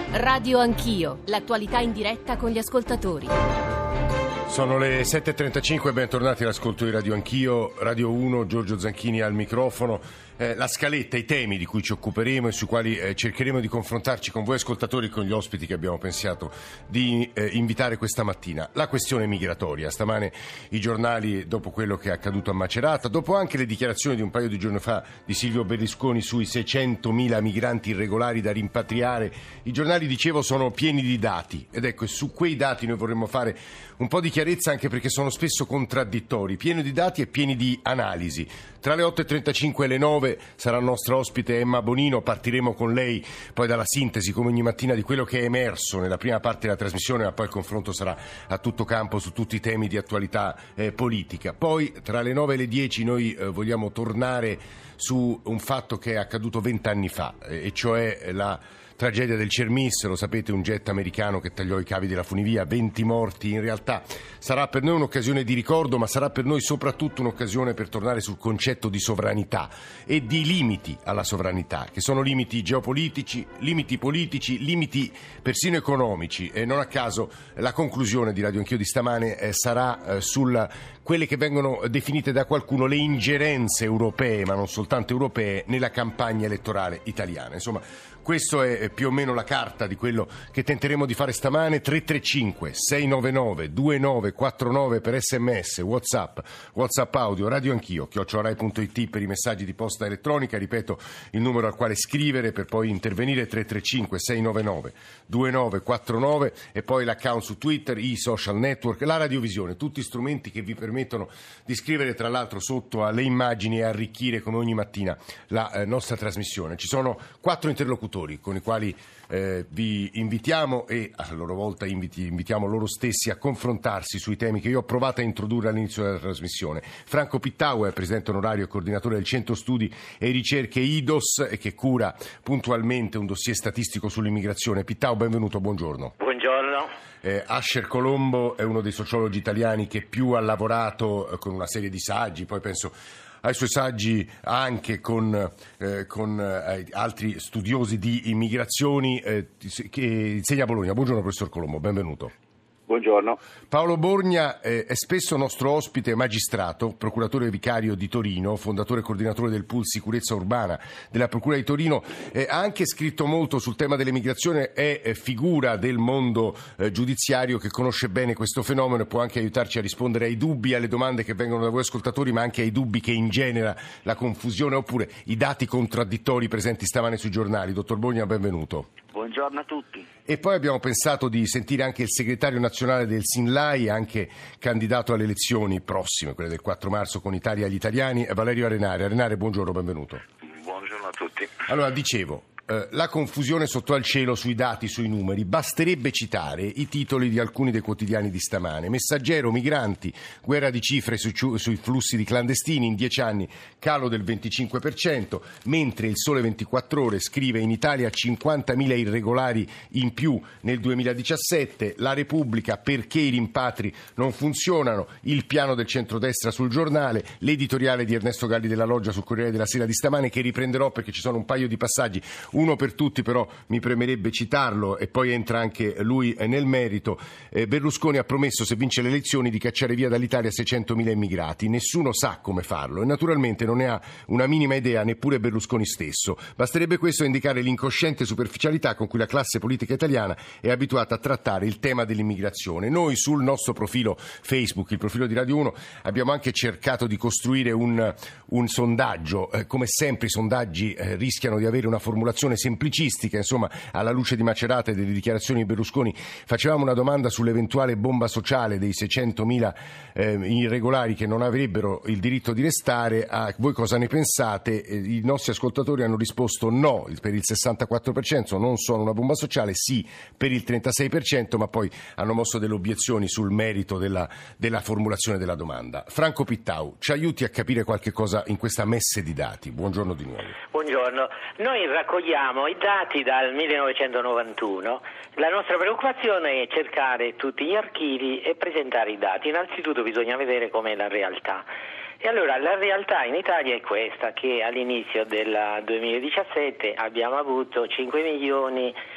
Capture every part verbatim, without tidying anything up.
Radio Anch'io, l'attualità in diretta con gli ascoltatori. Sono le sette e trentacinque, bentornati all'ascolto di Radio Anch'io, Radio uno, Giorgio Zanchini al microfono. Eh, la scaletta, i temi di cui ci occuperemo e sui quali eh, cercheremo di confrontarci con voi ascoltatori e con gli ospiti che abbiamo pensato di eh, invitare questa mattina. La questione migratoria. Stamane i giornali, dopo quello che è accaduto a Macerata, dopo anche le dichiarazioni di un paio di giorni fa di Silvio Berlusconi sui seicentomila migranti irregolari da rimpatriare, i giornali, dicevo, sono pieni di dati. Ed ecco, su quei dati noi vorremmo fare un po' di chiarezza, anche perché sono spesso contraddittori, pieni di dati e pieni di analisi. Tra le otto e trentacinque e le nove sarà il nostro ospite Emma Bonino, partiremo con lei poi dalla sintesi, come ogni mattina, di quello che è emerso nella prima parte della trasmissione, ma poi il confronto sarà a tutto campo su tutti i temi di attualità eh, politica. Poi tra le nove e le dieci noi eh, vogliamo tornare su un fatto che è accaduto vent'anni fa, eh, e cioè la tragedia del Cermis. Lo sapete, un jet americano che tagliò i cavi della funivia, venti morti. In realtà sarà per noi un'occasione di ricordo, ma sarà per noi soprattutto un'occasione per tornare sul concetto di sovranità e di limiti alla sovranità, che sono limiti geopolitici, limiti politici, limiti persino economici. E non a caso la conclusione di Radio Anch'io di stamane eh, sarà eh, sulla quelle che vengono definite da qualcuno le ingerenze europee, ma non soltanto europee, nella campagna elettorale italiana. Insomma, questo è più o meno la carta di quello che tenteremo di fare stamane. Tre tre cinque sei nove nove due nove quattro nove per sms, whatsapp, whatsapp audio, Radio Anch'io, chiocciola rai punto it per i messaggi di posta elettronica. Ripeto il numero al quale scrivere per poi intervenire: tre tre cinque sei nove nove due nove quattro nove, e poi l'account su Twitter, i social network, la radiovisione, tutti strumenti che vi permettono di scrivere, tra l'altro, sotto alle immagini e arricchire come ogni mattina la eh, nostra trasmissione. Ci sono quattro interlocutori con i quali eh, vi invitiamo, e a loro volta inviti, invitiamo loro stessi a confrontarsi sui temi che io ho provato a introdurre all'inizio della trasmissione. Franco Pittau è presidente onorario e coordinatore del Centro Studi e Ricerche I D O S, e che cura puntualmente un dossier statistico sull'immigrazione. Pittau, benvenuto, buongiorno. Buongiorno. Eh, Asher Colombo è uno dei sociologi italiani che più ha lavorato eh, con una serie di saggi, poi penso ai suoi saggi anche con, eh, con eh, altri studiosi di immigrazioni, eh, che insegna a Bologna. Buongiorno professor Colombo, benvenuto. Buongiorno. Paolo Borgna eh, è spesso nostro ospite, magistrato, procuratore vicario di Torino, fondatore e coordinatore del pool sicurezza urbana della Procura di Torino. Eh, ha anche scritto molto sul tema dell'immigrazione, è eh, figura del mondo eh, giudiziario che conosce bene questo fenomeno e può anche aiutarci a rispondere ai dubbi, alle domande che vengono da voi ascoltatori, ma anche ai dubbi che ingenera la confusione oppure i dati contraddittori presenti stamane sui giornali. Dottor Borgna, benvenuto. Buongiorno a tutti. E poi abbiamo pensato di sentire anche il segretario nazionale del Sinlai, anche candidato alle elezioni prossime, quelle del quattro marzo con Italia agli italiani, Valerio Arenare. Arenare, buongiorno, benvenuto. Buongiorno a tutti. Allora, dicevo, eh, la confusione sotto al cielo sui dati, sui numeri, basterebbe citare i titoli di alcuni dei quotidiani di stamane. Messaggero, migranti, guerra di cifre sui, sui flussi di clandestini, in dieci anni calo del venticinque per cento, mentre il Sole ventiquattro Ore scrive: in Italia cinquantamila irregolari in più nel duemiladiciassette, La Repubblica, perché i rimpatri non funzionano, il piano del centrodestra sul Giornale, l'editoriale di Ernesto Galli della Loggia sul Corriere della Sera di stamane, che riprenderò perché ci sono un paio di passaggi, uno per tutti però mi premerebbe citarlo e poi entra anche lui nel merito. eh, Berlusconi ha promesso, se vince le elezioni, di cacciare via dall'Italia seicentomila immigrati. Nessuno sa come farlo e naturalmente non ne ha una minima idea neppure Berlusconi stesso. Basterebbe questo a indicare l'incosciente superficialità con cui la classe politica italiana è abituata a trattare il tema dell'immigrazione. Noi sul nostro profilo Facebook, il profilo di Radio uno, abbiamo anche cercato di costruire un, un sondaggio. Eh, come sempre i sondaggi eh, rischiano di avere una formulazione semplicistica, insomma, alla luce di Macerata e delle dichiarazioni di Berlusconi. Facevamo una domanda sull'eventuale bomba sociale dei seicentomila eh, irregolari che non avrebbero il diritto di restare. A voi cosa ne pensate? Eh, I nostri ascoltatori hanno risposto no per il sessantaquattro per cento, non sono una bomba sociale, sì per il trentasei per cento, ma poi hanno mosso delle obiezioni sul merito della, della formulazione della domanda. Franco Pittau, ci aiuti a capire qualche cosa in questa messe di dati. Buongiorno di nuovo. Buongiorno. Noi raccogliamo i dati dal millenovecentonovantuno. La nostra preoccupazione è cercare tutti gli archivi e presentare i dati. Innanzitutto bisogna vedere com'è la realtà. E allora la realtà in Italia è questa, che all'inizio del duemiladiciassette abbiamo avuto cinque milioni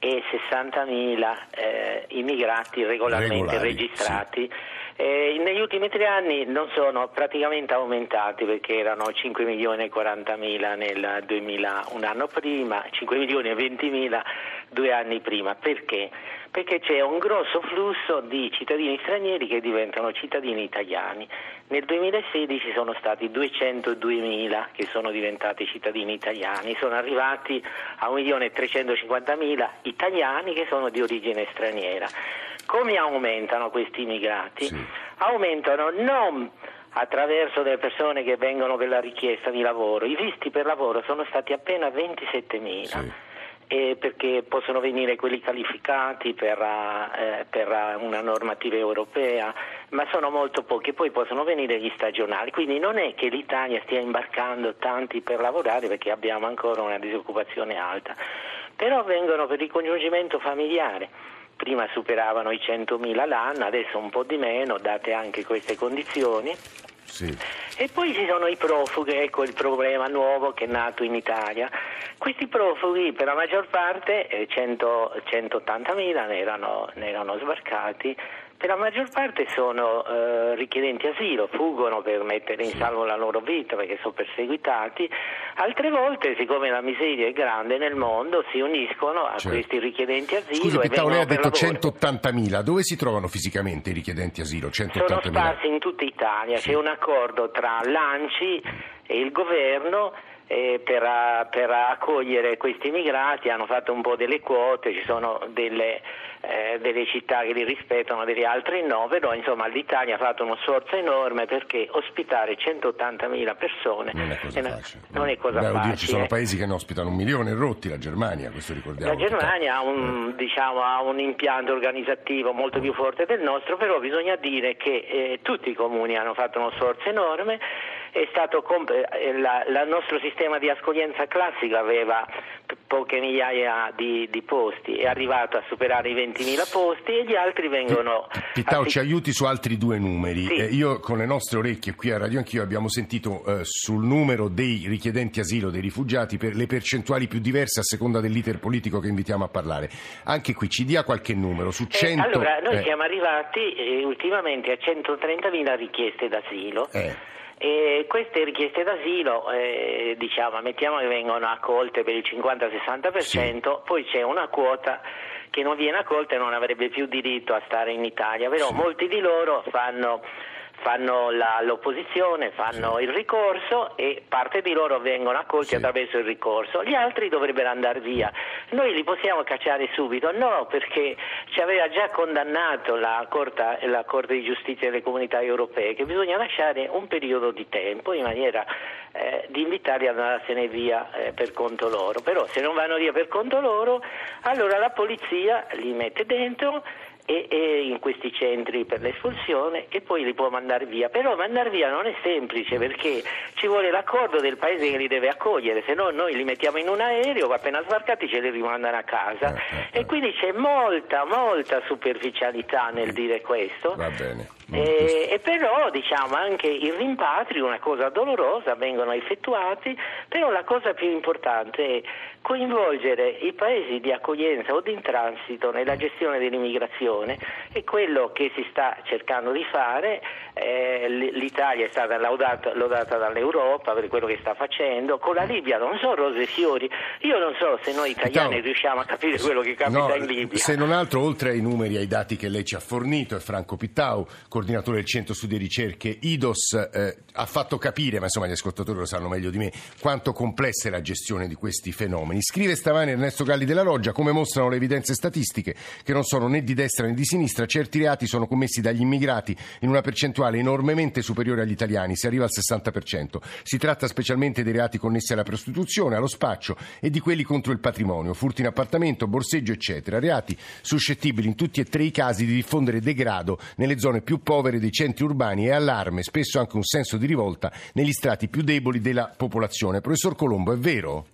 e sessantamila eh, immigrati regolarmente Regolari, registrati. Sì. Eh, negli ultimi tre anni non sono praticamente aumentati, perché erano cinque milioni e quarantamila nel duemila, un anno prima, cinque milioni e ventimila due anni prima. Perché? Perché c'è un grosso flusso di cittadini stranieri che diventano cittadini italiani. Nel duemilasedici sono stati duecentoduemila che sono diventati cittadini italiani, sono arrivati a un milione e trecentocinquantamila italiani che sono di origine straniera. Come aumentano questi immigrati? Sì. Aumentano non attraverso delle persone che vengono per la richiesta di lavoro. I visti per lavoro sono stati appena ventisettemila. Sì. Eh, perché possono venire quelli qualificati per, eh, per una normativa europea, ma sono molto pochi. Poi possono venire gli stagionali, quindi non è che l'Italia stia imbarcando tanti per lavorare, perché abbiamo ancora una disoccupazione alta, però vengono per ricongiungimento familiare. Prima superavano i centomila l'anno, adesso un po' di meno, date anche queste condizioni. Sì. E poi ci sono i profughi, ecco il problema nuovo che è nato in Italia. Questi profughi per la maggior parte, eh, cento, centottantamila ne erano, ne erano sbarcati, per la maggior parte sono eh, richiedenti asilo, fuggono per mettere in salvo la loro vita perché sono perseguitati. Altre volte, siccome la miseria è grande nel mondo, si uniscono a certo. questi richiedenti asilo. Scusi, e Pittau, lei ha detto lavoro. centottantamila. Dove si trovano fisicamente i richiedenti asilo? centottantamila. Sono sparsi in tutta Italia. Sì. C'è un accordo tra l'ANCI e il governo eh, per, a, per accogliere questi immigrati. Hanno fatto un po' delle quote, ci sono delle, eh, delle città che li rispettano, delle altre no, però insomma l'Italia ha fatto uno sforzo enorme, perché ospitare centottantamila persone non è cosa è una, facile. non è cosa Beh, oddio, facile. ci sono paesi che ne ospitano un milione rotti, la Germania, questo ricordiamo. La Germania ha un, eh. diciamo, ha un impianto organizzativo molto più forte del nostro, però bisogna dire che eh, tutti i comuni hanno fatto uno sforzo enorme. È stato comp- la, la, il nostro sistema di accoglienza classica aveva p- poche migliaia di, di posti, è arrivato a superare i ventimila posti e gli altri vengono... Pittau, assi- ci aiuti su altri due numeri. Sì. Eh, io con le nostre orecchie qui a Radio Anch'io abbiamo sentito eh, sul numero dei richiedenti asilo, dei rifugiati, per le percentuali più diverse a seconda dell'iter politico che invitiamo a parlare. Anche qui ci dia qualche numero su cento... Eh, allora, noi eh. siamo arrivati eh, ultimamente a centotrentamila richieste d'asilo. Eh. E queste richieste d'asilo, eh, diciamo, mettiamo che vengono accolte per il cinquanta sessanta per cento, sì. Poi c'è una quota che non viene accolta e non avrebbe più diritto a stare in Italia, però sì. Molti di loro fanno, fanno la, l'opposizione, fanno sì. il ricorso e parte di loro vengono accolti sì. attraverso il ricorso, gli altri dovrebbero andare via. Noi li possiamo cacciare subito? No, perché ci aveva già condannato la Corte, la Corte di Giustizia delle Comunità Europee che bisogna lasciare un periodo di tempo in maniera eh, di invitarli ad andarsene via eh, per conto loro. Però se non vanno via per conto loro, allora la polizia li mette dentro E, e in questi centri per l'espulsione e poi li può mandare via. Però mandare via non è semplice, perché ci vuole l'accordo del paese che li deve accogliere, se no noi li mettiamo in un aereo, appena sbarcati ce li rimandano a casa. E quindi c'è molta molta superficialità nel dire questo. Va bene. E, e però diciamo anche i rimpatri, una cosa dolorosa, vengono effettuati, però la cosa più importante è coinvolgere i paesi di accoglienza o di transito nella gestione dell'immigrazione, è quello che si sta cercando di fare. Eh, l'Italia è stata laudata, lodata dall'Europa per quello che sta facendo. Con la Libia non sono rose e fiori, io non so se noi italiani no. riusciamo a capire quello che capita no, in Libia. Se non altro, oltre ai numeri, ai dati che lei ci ha fornito, è Franco Pittau, coordinatore del Centro Studi e Ricerche I D O S, eh, ha fatto capire, ma insomma gli ascoltatori lo sanno meglio di me, quanto complessa è la gestione di questi fenomeni. Scrive stamane Ernesto Galli della Loggia: come mostrano le evidenze statistiche, che non sono né di destra né di sinistra, certi reati sono commessi dagli immigrati in una percentuale enormemente superiore agli italiani, si arriva al sessanta per cento. Si tratta specialmente dei reati connessi alla prostituzione, allo spaccio e di quelli contro il patrimonio, furti in appartamento, borseggio eccetera, reati suscettibili in tutti e tre i casi di diffondere degrado nelle zone più povere dei centri urbani e allarme, spesso anche un senso di rivolta negli strati più deboli della popolazione. Professor Colombo, è vero?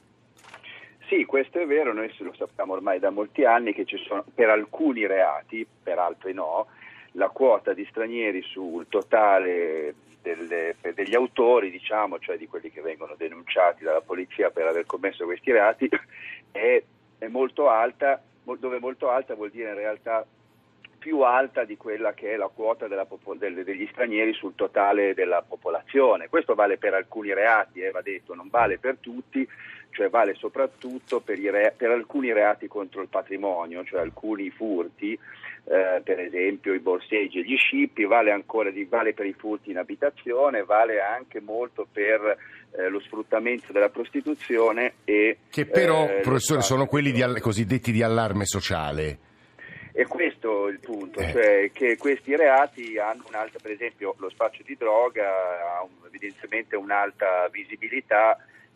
Sì, questo è vero, noi lo sappiamo ormai da molti anni che ci sono per alcuni reati, per altri no, la quota di stranieri sul totale delle, degli autori, diciamo, cioè di quelli che vengono denunciati dalla polizia per aver commesso questi reati, è, è molto alta, dove molto alta vuol dire in realtà più alta di quella che è la quota della popol- del, degli stranieri sul totale della popolazione. Questo vale per alcuni reati, eh, va detto, non vale per tutti, cioè vale soprattutto per, i re- per alcuni reati contro il patrimonio, cioè alcuni furti, eh, per esempio i borseggi e gli scippi, vale ancora di, vale per i furti in abitazione, vale anche molto per eh, lo sfruttamento della prostituzione e che però, eh, professore, sono quelli di all- cosiddetti di allarme sociale. E questo è il punto, Eh. cioè che questi reati hanno un'alta, per esempio lo spaccio di droga ha un, evidentemente un'alta visibilità,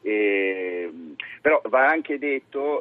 e, però va anche detto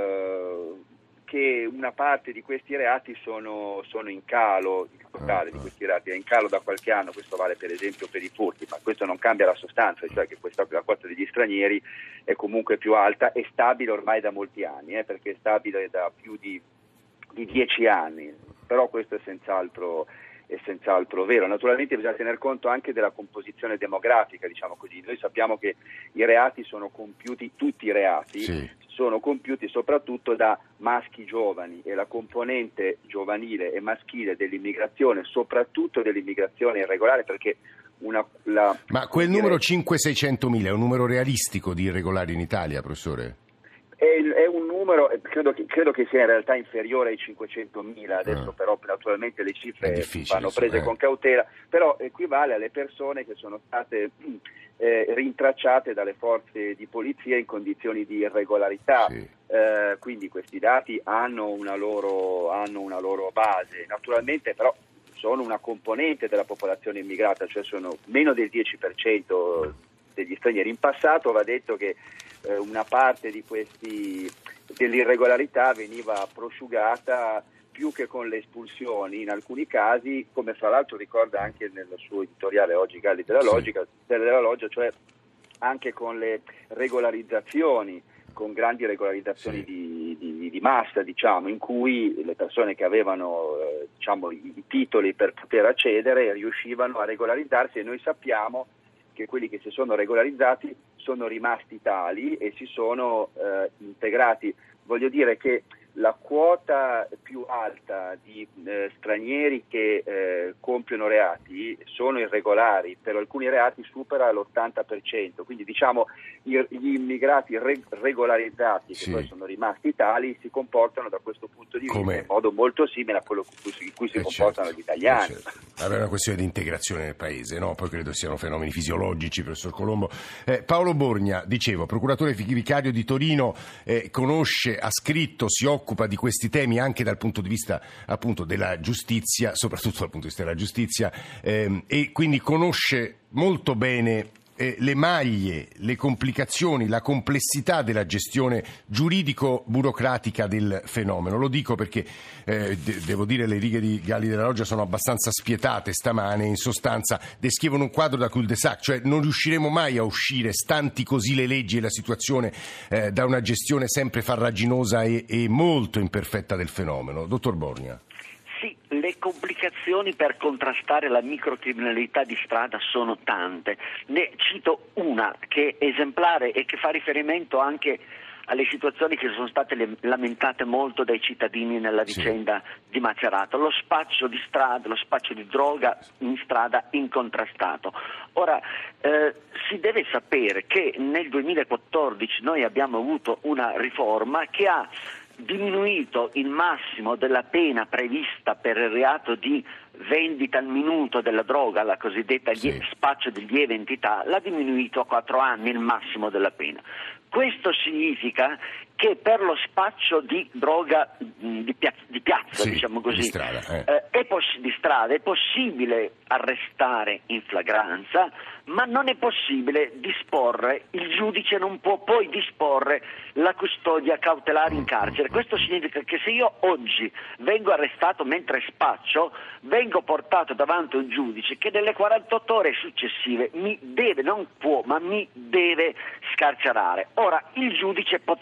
eh, che una parte di questi reati sono, sono in calo, il totale di questi reati è in calo da qualche anno, questo vale per esempio per i furti, ma questo non cambia la sostanza, cioè che questa, la quota degli stranieri è comunque più alta, è stabile ormai da molti anni, eh, perché è stabile da più di di dieci anni, però questo è senz'altro, è senz'altro vero. Naturalmente bisogna tener conto anche della composizione demografica, diciamo così. Noi sappiamo che i reati sono compiuti, tutti i reati sì. sono compiuti soprattutto da maschi giovani, e la componente giovanile e maschile dell'immigrazione, soprattutto dell'immigrazione irregolare, perché una, la, Ma quel dire... numero cinque-seicentomila è un numero realistico di irregolari in Italia, professore? È, è un numero, credo che, credo che sia in realtà inferiore ai cinquecentomila, adesso ah. però naturalmente le cifre vanno prese eh. con cautela, però equivale alle persone che sono state eh, rintracciate dalle forze di polizia in condizioni di irregolarità, sì. eh, quindi questi dati hanno una loro, hanno una loro base, naturalmente però sono una componente della popolazione immigrata, cioè sono meno del dieci per cento degli stranieri. In passato va detto che eh, una parte di questi dell'irregolarità veniva prosciugata più che con le espulsioni in alcuni casi, come fra l'altro ricorda anche nel suo editoriale oggi Galli della Logica, sì. della Loggia, cioè anche con le regolarizzazioni, con grandi regolarizzazioni sì. di, di, di massa, diciamo, in cui le persone che avevano eh, diciamo, i, i titoli per poter accedere riuscivano a regolarizzarsi, e noi sappiamo che quelli che si sono regolarizzati sono rimasti tali e si sono eh, integrati. Voglio dire che la quota più alta di eh, stranieri che eh, compiono reati sono irregolari, per alcuni reati supera l'ottanta per cento, quindi diciamo gli immigrati re- regolarizzati, che sì. poi sono rimasti tali, si comportano da questo punto di vista Come? in modo molto simile a quello in cui si, in cui si eh comportano certo, gli italiani. Eh certo. È una questione di integrazione nel paese, no? Poi credo siano fenomeni fisiologici, professor Colombo. Eh, Paolo Borgna, dicevo, procuratore vicario di Torino, eh, conosce, ha scritto, si occupa di questi temi anche dal punto di vista appunto della giustizia, soprattutto dal punto di vista della giustizia, ehm, e quindi conosce molto bene eh, le maglie, le complicazioni, la complessità della gestione giuridico-burocratica del fenomeno. Lo dico perché eh, de- devo dire le righe di Galli della Loggia sono abbastanza spietate stamane, in sostanza descrivono un quadro da cul-de-sac, cioè non riusciremo mai a uscire, stanti così le leggi e la situazione, eh, da una gestione sempre farraginosa e, e molto imperfetta del fenomeno. Dottor Borgna. Sì, le complicazioni per contrastare la microcriminalità di strada sono tante. Ne cito una che è esemplare e che fa riferimento anche alle situazioni che sono state lamentate molto dai cittadini nella vicenda sì. di Macerata, lo spaccio di strada, lo spaccio di droga in strada incontrastato. Ora, eh, si deve sapere che nel duemilaquattordici noi abbiamo avuto una riforma che ha diminuito il massimo della pena prevista per il reato di vendita al minuto della droga, la cosiddetta sì. spaccio di lieve entità, l'ha diminuito a quattro anni il massimo della pena. Questo significa che per lo spaccio di droga di piazza, di piazza sì, diciamo così, di strada, eh. Eh, è, poss- di strada, è possibile arrestare in flagranza, ma non è possibile disporre, il giudice non può poi disporre la custodia cautelare in carcere. Questo significa che se io oggi vengo arrestato mentre spaccio, vengo portato davanti a un giudice che nelle quarantotto ore successive mi deve, non può, ma mi deve scarcerare. Ora, il giudice potrebbe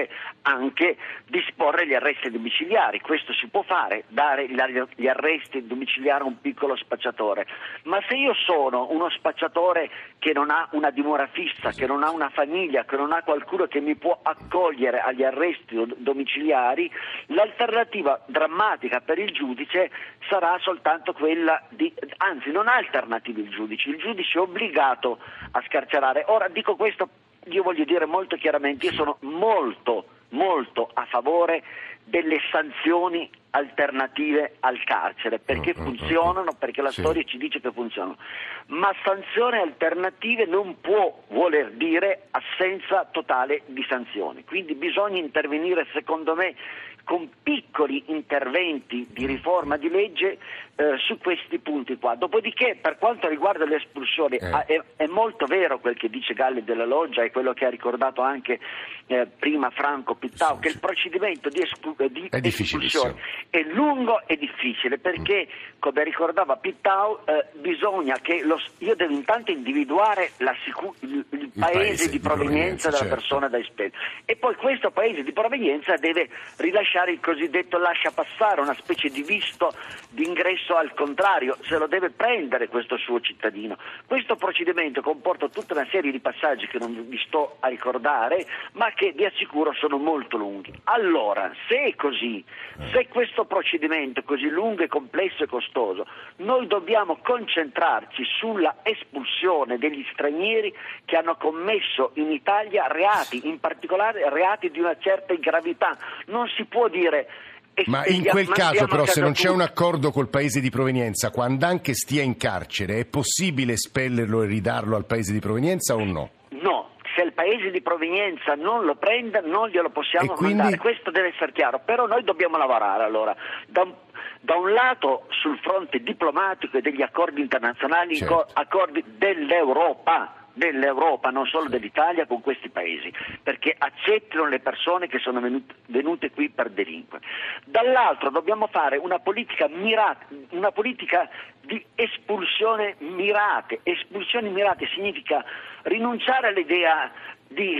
giudice anche disporre gli arresti domiciliari. Questo si può fare, dare gli arresti domiciliari a un piccolo spacciatore, ma se io sono uno spacciatore che non ha una dimora fissa, che non ha una famiglia, che non ha qualcuno che mi può accogliere agli arresti domiciliari, l'alternativa drammatica per il giudice sarà soltanto quella di, anzi non ha alternative il giudice, il giudice è obbligato a scarcerare. Ora dico questo, io voglio dire molto chiaramente, io sono molto molto a favore delle sanzioni alternative al carcere, perché funzionano, perché la sì. storia ci dice che funzionano, ma sanzioni alternative non può voler dire assenza totale di sanzioni, quindi bisogna intervenire secondo me con piccoli interventi di riforma di legge eh, su questi punti qua. Dopodiché, per quanto riguarda le espulsioni, eh. è, è molto vero quel che dice Galli della Loggia e quello che ha ricordato anche eh, prima Franco Pittau, sì, che sì. il procedimento di, espul- di è espulsione è lungo e difficile, perché, come ricordava Pittau, eh, bisogna che lo, io devo intanto individuare la sicu- il, il, il paese, paese di provenienza, provenienza della certo. persona da espellere, e poi questo paese di provenienza deve rilasciare il cosiddetto lascia passare, una specie di visto d'ingresso al contrario, se lo deve prendere questo suo cittadino. Questo procedimento comporta tutta una serie di passaggi che non vi sto a ricordare, ma che vi assicuro sono molto lunghi. Allora, se è così, se questo procedimento è così lungo e complesso e costoso, noi dobbiamo concentrarci sulla espulsione degli stranieri che hanno commesso in Italia reati, in particolare reati di una certa gravità. Non si può dire... Ma in quel caso però, se non c'è un accordo col paese di provenienza, quando anche stia in carcere, è possibile espellerlo e ridarlo al paese di provenienza o no? No, se il paese di provenienza non lo prende non glielo possiamo e quindi... mandare, questo deve essere chiaro, però noi dobbiamo lavorare allora. Da un, da un lato sul fronte diplomatico e degli accordi internazionali, certo. accordi dell'Europa, dell'Europa, non solo dell'Italia, con questi paesi, perché accettano le persone che sono venute, venute qui per delinquere. Dall'altro dobbiamo fare una politica mirata, una politica di espulsione mirate. Espulsioni mirate significa rinunciare all'idea di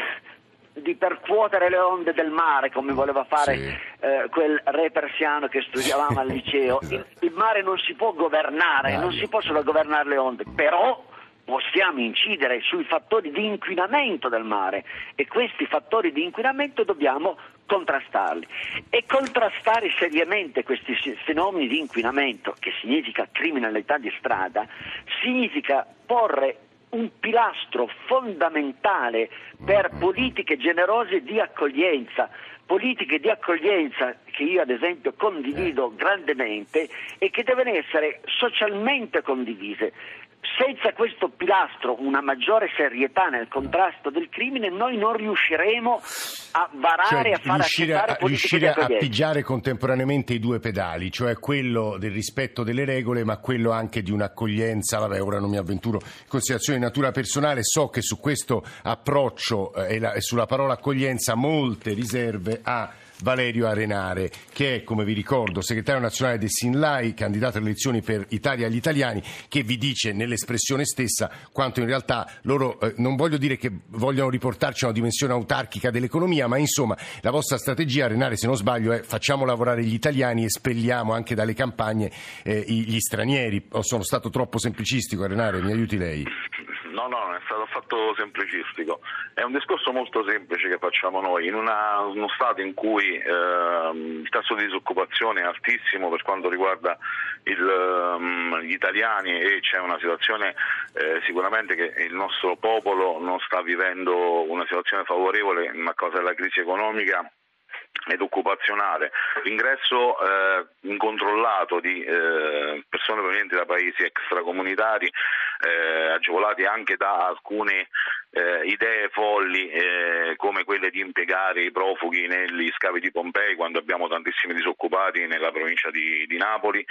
di percuotere le onde del mare, come voleva fare sì. eh, quel re persiano che studiavamo al liceo. Esatto. il, il mare non si può governare, Dai. non si possono governare le onde, però possiamo incidere sui fattori di inquinamento del mare, e questi fattori di inquinamento dobbiamo contrastarli, e contrastare seriamente questi fenomeni di inquinamento, che significa criminalità di strada, significa porre un pilastro fondamentale per politiche generose di accoglienza, politiche di accoglienza che io ad esempio condivido grandemente e che devono essere socialmente condivise. Senza questo pilastro, una maggiore serietà nel contrasto del crimine, noi non riusciremo a varare, cioè, a far riuscire accettare a, politiche riuscire di accoglienza. a pigiare contemporaneamente i due pedali, cioè quello del rispetto delle regole, ma quello anche di un'accoglienza. Vabbè, ora non mi avventuro in considerazioni di natura personale, so che su questo approccio eh, e, la, e sulla parola accoglienza molte riserve ha Valerio Arenare, che è, come vi ricordo, segretario nazionale del Sinlai, candidato alle elezioni per Italia agli italiani, che vi dice nell'espressione stessa quanto in realtà loro, eh, non voglio dire che vogliono riportarci a una dimensione autarchica dell'economia, ma insomma la vostra strategia, Arenare, se non sbaglio, è facciamo lavorare gli italiani e espelliamo anche dalle campagne eh, gli stranieri. O sono stato troppo semplicistico, Arenare? Mi aiuti lei? No, no, non è stato affatto semplicistico. È un discorso molto semplice che facciamo noi. In una, uno stato in cui eh, il tasso di disoccupazione è altissimo per quanto riguarda il, um, gli italiani, e c'è una situazione eh, sicuramente che il nostro popolo non sta vivendo una situazione favorevole a causa della crisi economica ed occupazionale. L'ingresso eh, incontrollato di eh, persone provenienti da paesi extracomunitari, eh, agevolati anche da alcune eh, idee folli eh, come quelle di impiegare i profughi negli scavi di Pompei quando abbiamo tantissimi disoccupati nella provincia di, di Napoli,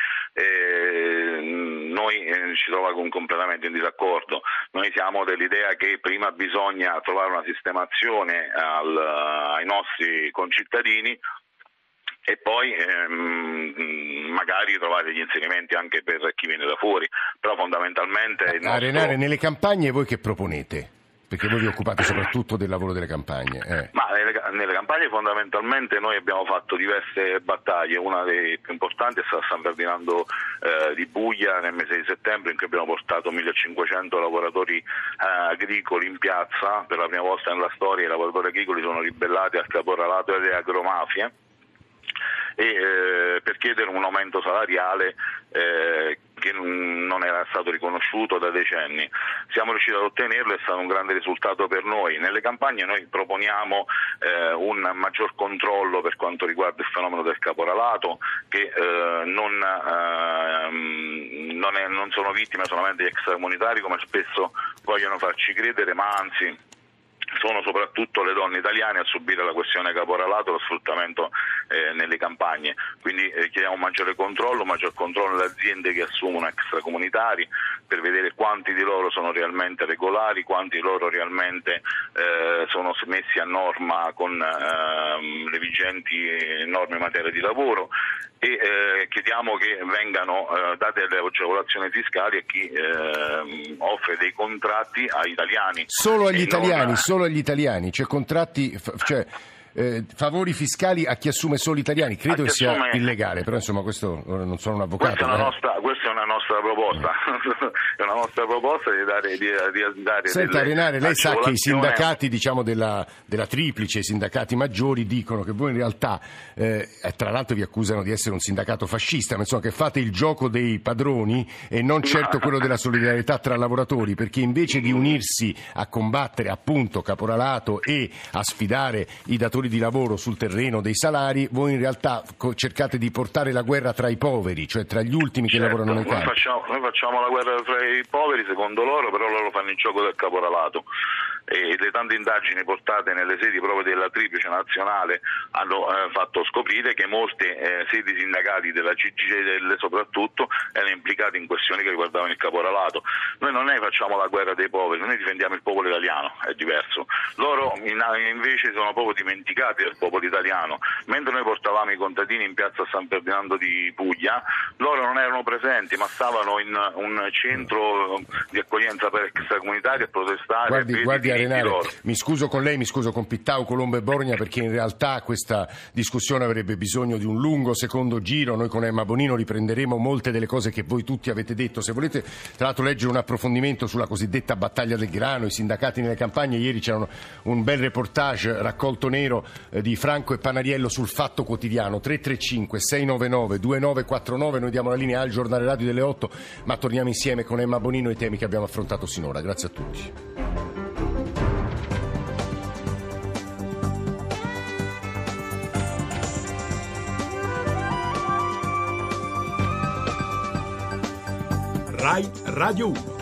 eh, noi eh, ci trova con completamente in disaccordo. Noi siamo dell'idea che prima bisogna trovare una sistemazione al, ai nostri concittadini e poi ehm, magari trovare degli inserimenti anche per chi viene da fuori, però fondamentalmente il nostro... Arenare, nelle campagne voi che proponete? Perché voi vi occupate soprattutto del lavoro delle campagne. Eh. Ma nelle, nelle campagne fondamentalmente noi abbiamo fatto diverse battaglie, una delle più importanti è stata San Ferdinando eh, di Puglia nel mese di settembre, in cui abbiamo portato millecinquecento lavoratori eh, agricoli in piazza. Per la prima volta nella storia i lavoratori agricoli sono ribellati al caporalato e alle agromafie, e eh, per chiedere un aumento salariale eh, che non era stato riconosciuto da decenni. Siamo riusciti ad ottenerlo, è stato un grande risultato per noi. Nelle campagne noi proponiamo eh, un maggior controllo per quanto riguarda il fenomeno del caporalato, che eh, non, eh, non, è, non sono vittime solamente gli extracomunitari come spesso vogliono farci credere, ma anzi sono soprattutto le donne italiane a subire la questione caporalato, lo sfruttamento eh, nelle campagne. Quindi eh, chiediamo un maggiore controllo, un maggior controllo delle aziende che assumono extracomunitari, per vedere quanti di loro sono realmente regolari, quanti di loro realmente eh, sono messi a norma con eh, le vigenti norme in materia di lavoro, e eh, chiediamo che vengano eh, date le agevolazioni fiscali a chi eh, offre dei contratti agli italiani. Solo agli italiani, non... solo agli italiani, cioè contratti, cioè eh, favori fiscali a chi assume solo italiani. Credo che sia assume... illegale, però insomma questo non sono un avvocato. Questa è una, eh. nostra, questa è una nostra proposta, è una nostra proposta di dare, di, di dare Senta delle Renare, lei sa che i agevolazioni. sindacati, diciamo della, della triplice, i sindacati maggiori dicono che voi in realtà, eh, tra l'altro vi accusano di essere un sindacato fascista, ma insomma che fate il gioco dei padroni e non certo quello della solidarietà tra lavoratori, perché invece di unirsi a combattere appunto caporalato e a sfidare i datori di lavoro sul terreno dei salari, voi in realtà cercate di portare la guerra tra i poveri, cioè tra gli ultimi che certo, lavorano nei campi. Noi facciamo, noi facciamo la guerra tra i poveri secondo loro, però loro fanno il gioco del caporalato, e le tante indagini portate nelle sedi proprio della triplice nazionale hanno eh, fatto scoprire che molte eh, sedi sindacali della C G I L soprattutto erano implicate in questioni che riguardavano il caporalato. Noi non ne facciamo la guerra dei poveri, noi difendiamo il popolo italiano, è diverso. Loro in, invece sono proprio dimenticati del popolo italiano. Mentre noi portavamo i contadini in piazza San Ferdinando di Puglia, loro non erano presenti, ma stavano in un centro di accoglienza per extracomunitari a protestare. Guardi, per guardi i diritti Arenare, loro. mi scuso con lei, mi scuso con Pittau, Colombo e Borgna, perché in realtà questa discussione avrebbe bisogno di un lungo secondo giro. Noi con Emma Bonino riprenderemo molte delle cose che voi tutti avete detto. Se volete tra l'altro leggere un approfondimento sulla cosiddetta battaglia del grano, i sindacati nelle campagne, ieri c'era un, un bel reportage raccolto nero eh, di Franco e Panariello sul Fatto Quotidiano. Tre tre cinque sei nove nove due nove quattro nove, noi diamo la linea al giornale radio delle otto, ma torniamo insieme con Emma Bonino ai temi che abbiamo affrontato sinora. Grazie a tutti. Rai Radio uno.